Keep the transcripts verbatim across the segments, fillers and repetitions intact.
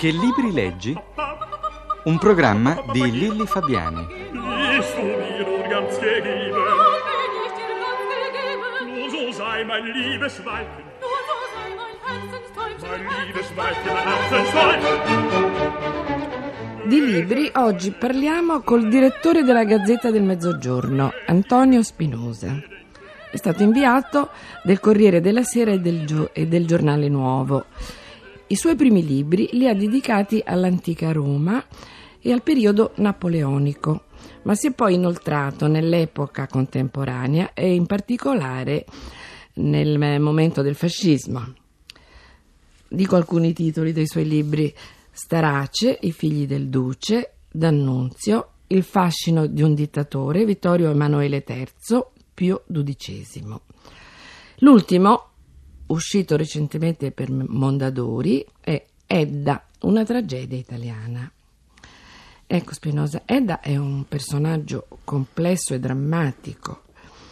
Che libri leggi? Un programma di Lilli Fabiani. Bist du mir nur ganz gegeben? Bin ich dir ganz gegeben? Nur so sei mein liebes Weibchen, Nur so sei mein Herzenstäubchen, mein liebes Weibchen, mein Herzenstäubchen. Di libri oggi parliamo col direttore della Gazzetta del Mezzogiorno, Antonio Spinosa. È stato inviato del Corriere della Sera e del, Gio- e del Giornale Nuovo. I suoi primi libri li ha dedicati all'antica Roma e al periodo napoleonico, ma si è poi inoltrato nell'epoca contemporanea e in particolare nel momento del fascismo. Dico alcuni titoli dei suoi libri: Starace, I figli del duce, D'Annunzio, Il fascino di un dittatore, Vittorio Emanuele terzo, Pio dodicesimo. L'ultimo, uscito recentemente per Mondadori, è Edda, una tragedia italiana. Ecco Spinosa, Edda è un personaggio complesso e drammatico.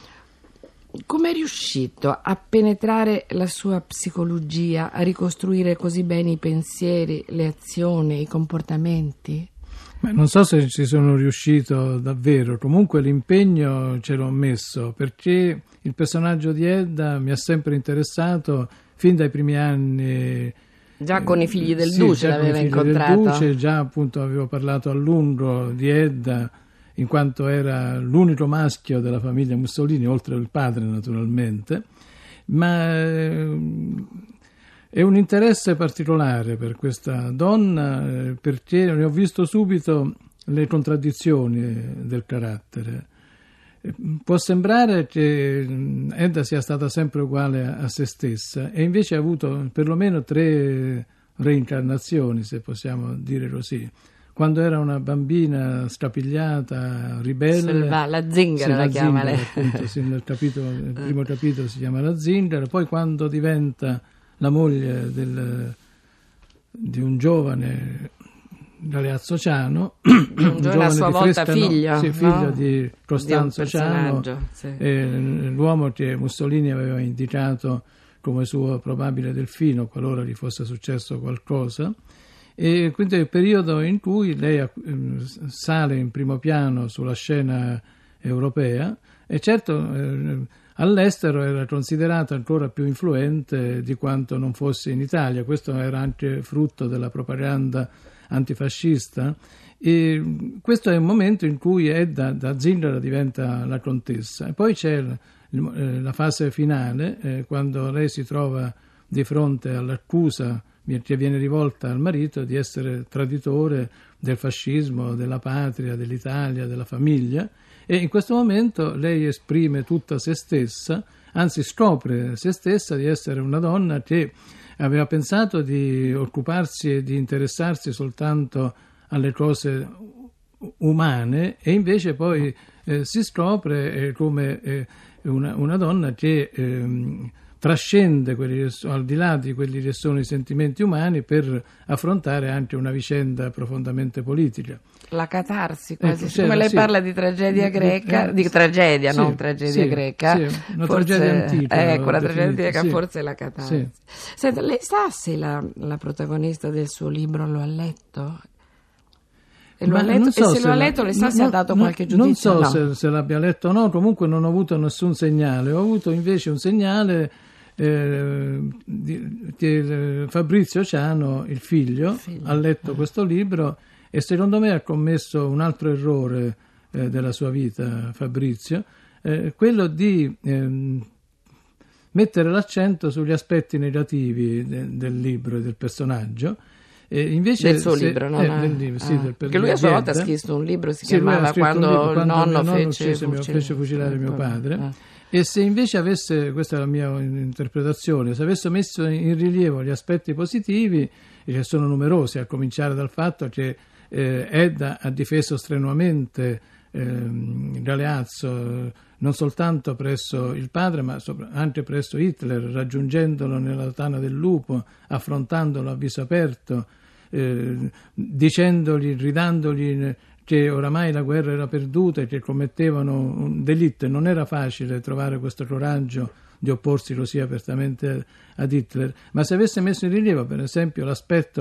Come è riuscito a penetrare la sua psicologia, a ricostruire così bene i pensieri, le azioni, i comportamenti? Ma non so se ci sono riuscito davvero, comunque l'impegno ce l'ho messo, perché il personaggio di Edda mi ha sempre interessato fin dai primi anni. Già con i figli del sì, duce già con i l'aveva figli incontrato. Del duce, già appunto avevo parlato a lungo di Edda, in quanto era l'unico maschio della famiglia Mussolini, oltre al padre naturalmente, ma eh, è un interesse particolare per questa donna, eh, perché ne ho visto subito le contraddizioni del carattere. Può sembrare che Edda sia stata sempre uguale a, a se stessa, e invece ha avuto perlomeno tre reincarnazioni, se possiamo dire così. Quando era una bambina scapigliata, ribelle, Selva, la zingara, sì, la, la chiama zingara, lei. appunto, sì, nel, capitolo, nel primo capitolo si chiama la zingara. Poi quando diventa la moglie del, di un giovane Galeazzo Ciano, un giovane a sua volta Fresca, figlio, no, sì, figlio no? di Costanzo di un Ciano, sì. eh, l'uomo che Mussolini aveva indicato come suo probabile delfino qualora gli fosse successo qualcosa. E quindi è il periodo in cui lei eh, sale in primo piano sulla scena europea, e certo eh, all'estero era considerata ancora più influente di quanto non fosse in Italia. Questo era anche frutto della propaganda antifascista, e questo è un momento in cui Edda da zingara diventa la contessa. E poi c'è l- l- la fase finale, eh, quando lei si trova di fronte all'accusa che viene rivolta al marito di essere traditore del fascismo, della patria, dell'Italia, della famiglia, e in questo momento lei esprime tutta se stessa, anzi scopre se stessa di essere una donna che aveva pensato di occuparsi e di interessarsi soltanto alle cose umane, e invece poi eh, si scopre eh, come eh, una, una donna che eh, trascende quelli che sono, al di là di quelli che sono i sentimenti umani, per affrontare anche una vicenda profondamente politica. La catarsi, quasi. Ecco, Siccome lei sì. parla di tragedia greca, di tragedia, sì, non tragedia sì, greca, sì, una forse, tragedia antica. ecco, la tragedia definita, greca sì. forse è la catarsi. Sì. Senta, lei sa se la, la protagonista del suo libro lo ha letto? E, lo Ma ha letto? non so e se, lo ha la- letto, le sa no, se ha no, dato no, qualche giudizio? Non so No. se, se l'abbia letto o no, comunque non ho avuto nessun segnale. Ho avuto invece un segnale eh, di, che Fabrizio Ciano, il figlio, Figlio. ha letto questo libro, e secondo me ha commesso un altro errore eh, della sua vita, Fabrizio, eh, quello di ehm, mettere l'accento sugli aspetti negativi de- del libro e del personaggio. E invece Del suo se- libro, no? eh, no? del libro, sì, Ah, del- perché lui a sua volta ha Edda. scritto un libro, si Sì, lui chiamava aveva scritto un Quando libro, il quando nonno mio fece, uccise mio- fucilare. fece fucilare mio padre. Eh. E se invece avesse, questa è la mia interpretazione, se avesse messo in rilievo gli aspetti positivi, e che sono numerosi, a cominciare dal fatto che eh, Edda ha difeso strenuamente ehm, Galeazzo, non soltanto presso il padre, ma sopra, anche presso Hitler, raggiungendolo nella tana del lupo, affrontandolo a viso aperto, eh, dicendogli, ridandogli che oramai la guerra era perduta e che commettevano un delitto, e non era facile trovare questo coraggio di opporsi così apertamente ad Hitler. Ma se avesse messo in rilievo, per esempio, l'aspetto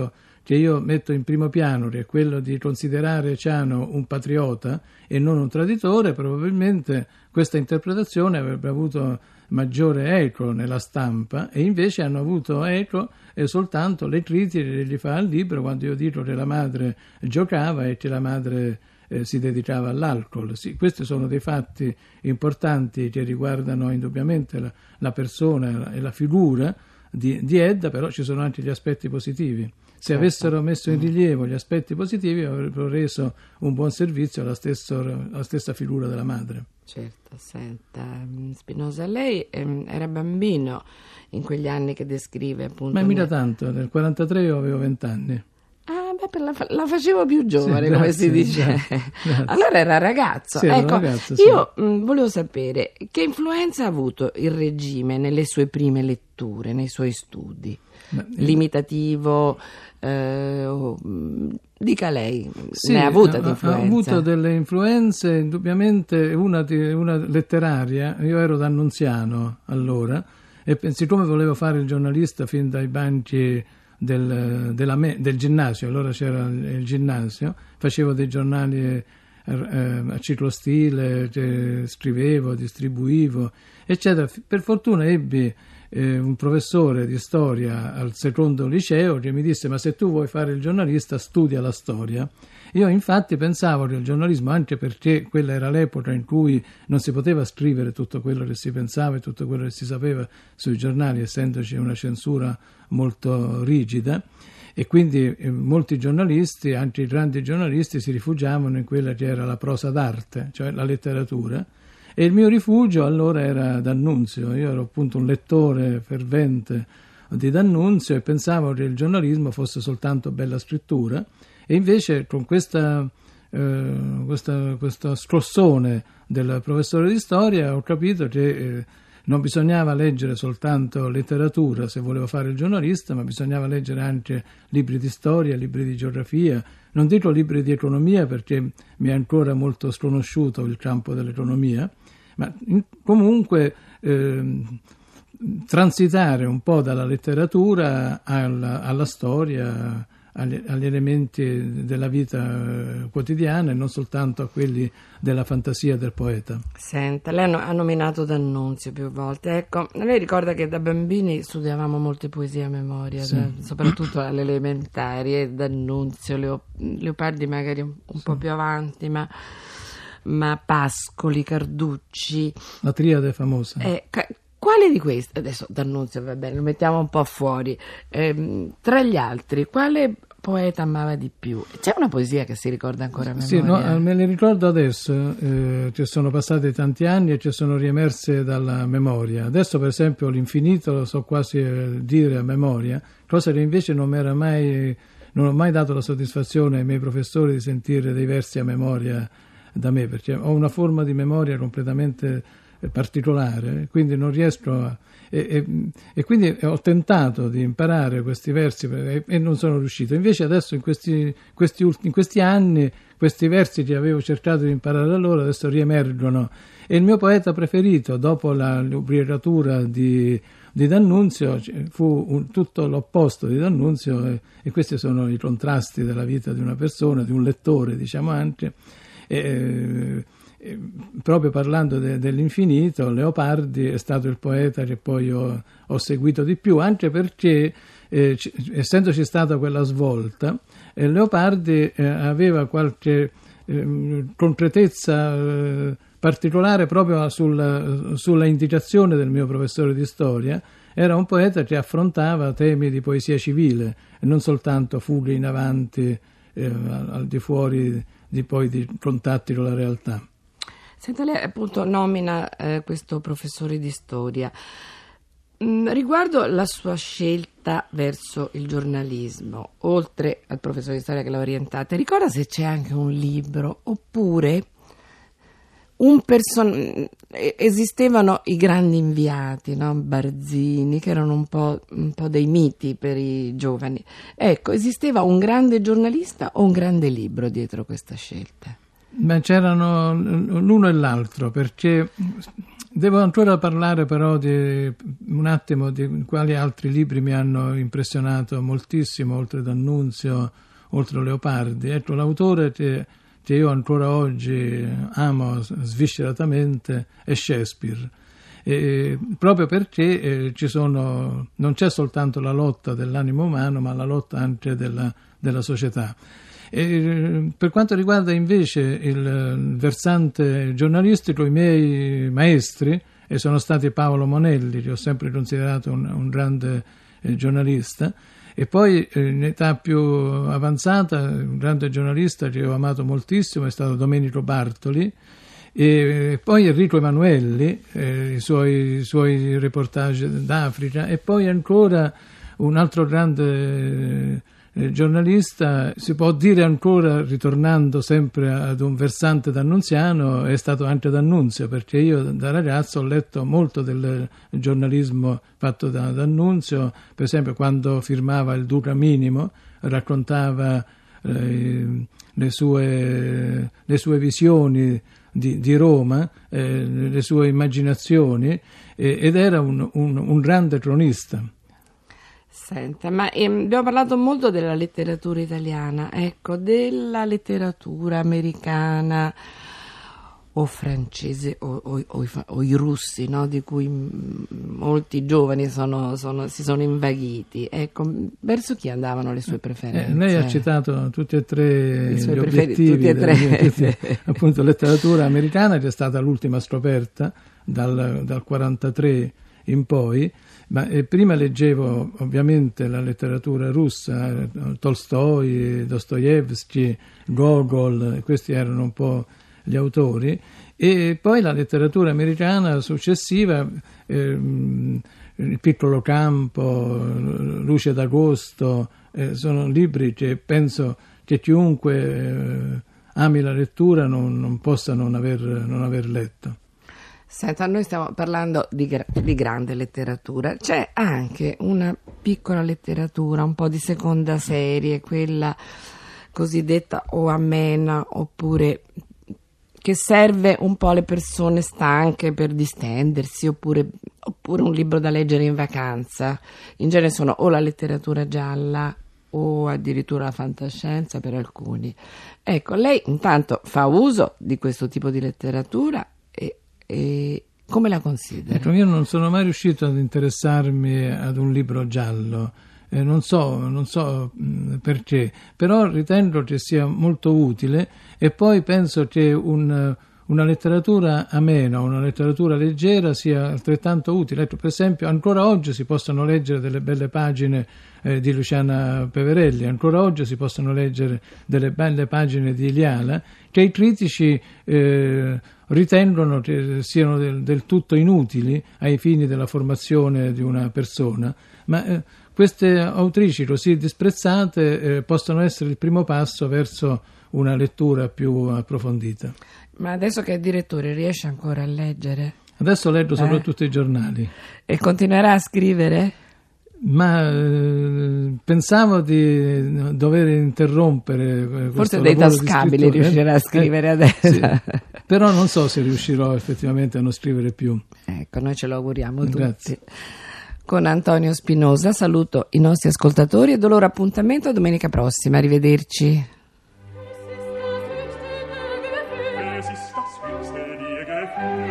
che io metto in primo piano, che è quello di considerare Ciano un patriota e non un traditore, probabilmente questa interpretazione avrebbe avuto maggiore eco nella stampa, e invece hanno avuto eco eh, soltanto le critiche che gli fa al libro, quando io dico che la madre giocava e che la madre eh, si dedicava all'alcol. Sì, questi sono dei fatti importanti che riguardano indubbiamente la, la persona e la figura di, di Edda, però ci sono anche gli aspetti positivi. Se certo. avessero messo in rilievo gli aspetti positivi, avrebbero reso un buon servizio alla, stesso, alla stessa figura della madre. Certo, senta, Spinosa, lei ehm, era bambino in quegli anni che descrive, appunto. Ma mica tanto, nel quarantatré io avevo vent'anni. Ah, beh, per la, la facevo più giovane, sì, come grazie, si dice. Grazie, grazie. Allora era ragazzo. Sì, ecco, ragazzo, sì. io mh, volevo sapere che influenza ha avuto il regime nelle sue prime letture, nei suoi studi. Beh, Limitativo, eh, oh, dica lei, sì, ne ha avuta ha, di influenza? Ha avuto delle influenze, indubbiamente una, di, una letteraria. Io ero d'Annunziano allora, e siccome volevo fare il giornalista fin dai banchi del, della me, del ginnasio, allora c'era il, il ginnasio, facevo dei giornali eh, a ciclostile, eh, scrivevo, distribuivo, eccetera. Per fortuna ebbi Eh, un professore di storia al secondo liceo che mi disse: ma se tu vuoi fare il giornalista, studia la storia. Io infatti pensavo che il giornalismo, anche perché quella era l'epoca in cui non si poteva scrivere tutto quello che si pensava e tutto quello che si sapeva sui giornali, essendoci una censura molto rigida, e quindi eh, molti giornalisti, anche i grandi giornalisti, si rifugiavano in quella che era la prosa d'arte, cioè la letteratura. E il mio rifugio allora era D'Annunzio. Io ero appunto un lettore fervente di D'Annunzio e pensavo che il giornalismo fosse soltanto bella scrittura, e invece con questa, eh, questa, questo scossone del professore di storia ho capito che eh, non bisognava leggere soltanto letteratura se volevo fare il giornalista, ma bisognava leggere anche libri di storia, libri di geografia, non dico libri di economia perché mi è ancora molto sconosciuto il campo dell'economia, ma in, comunque eh, transitare un po' dalla letteratura alla, alla storia, agli, agli elementi della vita quotidiana e non soltanto a quelli della fantasia del poeta. Senta, lei ha nominato D'Annunzio più volte. Ecco, lei ricorda che da bambini studiavamo molte poesie a memoria, sì. da, soprattutto alle elementari, e D'Annunzio, Leo, Leopardi magari un, un sì. po' più avanti, ma... ma Pascoli, Carducci, la triade famosa. Eh, ca- quale di questi? Adesso D'Annunzio, va bene, lo mettiamo un po' fuori. Eh, tra gli altri, quale poeta amava di più? C'è una poesia che si ricorda ancora a memoria? Sì, no, me le ricordo adesso, eh, che sono passati tanti anni e che sono riemerse dalla memoria. Adesso, per esempio, l'Infinito lo so quasi eh, dire a memoria, cosa che invece non mi era mai, non ho mai dato la soddisfazione ai miei professori di sentire dei versi a memoria da me, perché ho una forma di memoria completamente particolare, quindi non riesco a... E, e, e quindi ho tentato di imparare questi versi e, e non sono riuscito. Invece adesso in questi, questi, in questi anni questi versi che avevo cercato di imparare allora adesso riemergono. E il mio poeta preferito, dopo la l'ubriacatura di, di D'Annunzio, fu un, tutto l'opposto di D'Annunzio, e, e questi sono i contrasti della vita di una persona, di un lettore, diciamo anche. E, e, proprio parlando de, dell'infinito, Leopardi è stato il poeta che poi ho, ho seguito di più, anche perché eh, c- essendoci stata quella svolta, eh, Leopardi eh, aveva qualche eh, concretezza eh, particolare proprio sul, sulla indicazione del mio professore di storia. Era un poeta che affrontava temi di poesia civile e non soltanto fughe in avanti eh, al, al di fuori di poi di contatti con la realtà. Senta, lei appunto nomina eh, questo professore di storia. Mm, riguardo la sua scelta verso il giornalismo, oltre al professore di storia che l'ha orientata, ricorda se c'è anche un libro oppure un person- esistevano i grandi inviati, no? Barzini, che erano un po', un po' dei miti per i giovani. Ecco, esisteva un grande giornalista o un grande libro dietro questa scelta? Beh, c'erano l'uno e l'altro, perché Devo ancora parlare però di un attimo di quali altri libri mi hanno impressionato moltissimo, oltre D'Annunzio, oltre Leopardi. Ecco, l'autore che, che io ancora oggi amo svisceratamente è Shakespeare. E proprio perché eh, ci sono, non c'è soltanto la lotta dell'animo umano, ma la lotta anche della, della società. E per quanto riguarda invece il versante giornalistico, i miei maestri e sono stati Paolo Monelli, che ho sempre considerato un, un grande eh, giornalista, e poi eh, in età più avanzata un grande giornalista che ho amato moltissimo è stato Domenico Bartoli, e poi Enrico Emanuelli, eh, i, suoi, i suoi reportage d'Africa, e poi ancora un altro grande eh, giornalista, si può dire ancora, ritornando sempre ad un versante d'annunziano, è stato anche D'Annunzio, perché io da ragazzo ho letto molto del giornalismo fatto da D'Annunzio. Per esempio, quando firmava il Duca Minimo raccontava eh, le sue, le sue visioni Di, di Roma, eh, le sue immaginazioni, eh, ed era un, un, un grande cronista. Senta, ma ehm, abbiamo parlato molto della letteratura italiana, ecco, della letteratura americana o francese o, o, o, i, o i russi, no? Di cui m- molti giovani sono, sono, si sono invaghiti. Ecco, verso chi andavano le sue preferenze? Eh, lei ha citato tutti e tre I suoi gli preferi- obiettivi, tutti e tre. tutti, appunto, letteratura americana, che è stata l'ultima scoperta dal, dal quarantatré in poi, ma eh, prima leggevo ovviamente la letteratura russa, Tolstoi, Dostoevsky, Gogol, questi erano un po' gli autori, e poi la letteratura americana successiva, ehm, Il piccolo campo, Luce d'agosto, eh, sono libri che penso che chiunque eh, ami la lettura non, non possa non aver, non aver letto. Senta, noi stiamo parlando di, gra- di grande letteratura, c'è anche una piccola letteratura, un po' di seconda serie, quella cosiddetta o amena, oppure che serve un po' alle persone stanche per distendersi, oppure, oppure un libro da leggere in vacanza. In genere sono o la letteratura gialla o addirittura la fantascienza per alcuni. Ecco, lei intanto fa uso di questo tipo di letteratura e, e come la considera? Ecco, io non sono mai riuscito ad interessarmi ad un libro giallo. Eh, non so, non so mh, perché, però ritengo che sia molto utile, e poi penso che un, una letteratura amena, una letteratura leggera sia altrettanto utile. Ecco, per esempio, ancora oggi si possono leggere delle belle pagine eh, di Luciana Peverelli, ancora oggi si possono leggere delle belle pagine di Iliana, che i critici eh, ritengono che siano del, del tutto inutili ai fini della formazione di una persona, ma eh, queste autrici così disprezzate eh, possono essere il primo passo verso una lettura più approfondita. Ma adesso che è direttore riesce ancora a leggere? Adesso leggo soprattutto eh? i giornali. E continuerà a scrivere? Ma eh, pensavo di dover interrompere forse dei tascabili riuscirà a scrivere eh, adesso sì. Però non so se riuscirò effettivamente a non scrivere più. Ecco, noi ce lo auguriamo tutti. Grazie. Con Antonio Spinosa saluto i nostri ascoltatori e do loro appuntamento domenica prossima. Arrivederci. Es ist das höchste dir Gefühl.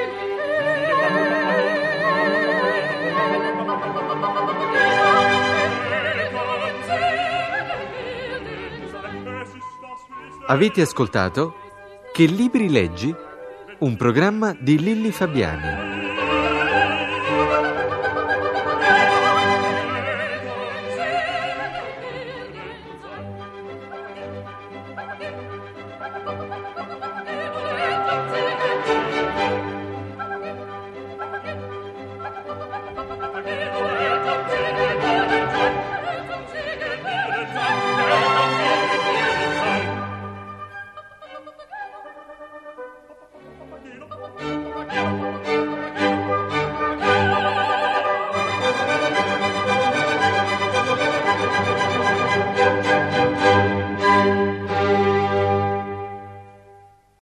Avete ascoltato Che libri leggi? Un programma di Lilli Fabiani.